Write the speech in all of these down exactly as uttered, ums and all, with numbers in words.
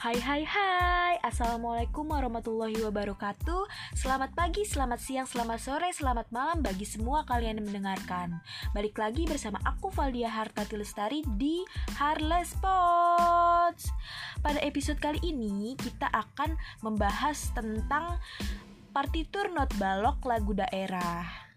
Hai hai hai, Assalamualaikum warahmatullahi wabarakatuh. Selamat pagi, selamat siang, selamat sore, selamat malam bagi semua kalian yang mendengarkan. Balik lagi bersama aku Valdia Hartati Lestari di Harles Pods. Pada episode kali ini kita akan membahas tentang partitur not balok lagu daerah.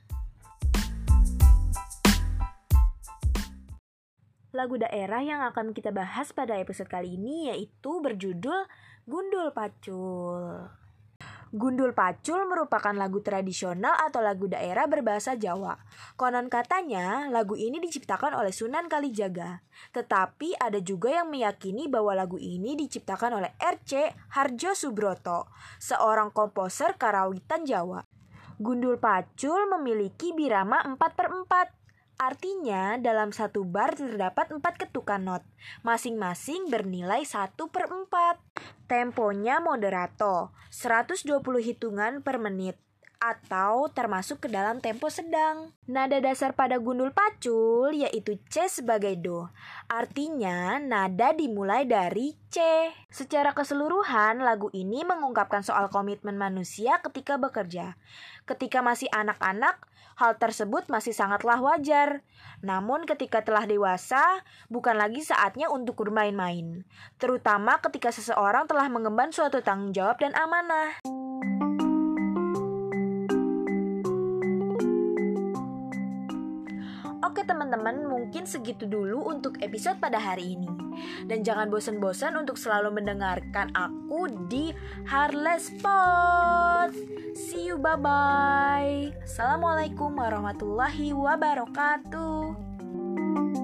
Lagu daerah yang akan kita bahas pada episode kali ini yaitu berjudul Gundul Pacul. Gundul Pacul merupakan lagu tradisional atau lagu daerah berbahasa Jawa. Konon katanya lagu ini diciptakan oleh Sunan Kalijaga. Tetapi ada juga yang meyakini bahwa lagu ini diciptakan oleh R C Hardjosubroto, seorang komposer karawitan Jawa. Gundul Pacul memiliki birama empat per empat. Artinya dalam satu bar terdapat empat ketukan not, masing-masing bernilai satu per empat. Temponya moderato, seratus dua puluh hitungan per menit, atau termasuk ke dalam tempo sedang. Nada dasar pada gundul pacul yaitu C sebagai do. Artinya nada dimulai dari C. Secara keseluruhan lagu ini mengungkapkan soal komitmen manusia ketika bekerja. Ketika masih anak-anak, hal tersebut masih sangatlah wajar. Namun ketika telah dewasa, bukan lagi saatnya untuk bermain-main. Terutama ketika seseorang telah mengemban suatu tanggung jawab dan amanah. Oke teman-teman, mungkin segitu dulu untuk episode pada hari ini. Dan jangan bosan-bosan untuk selalu mendengarkan aku di Harles Pods. See you, bye-bye. Assalamualaikum warahmatullahi wabarakatuh.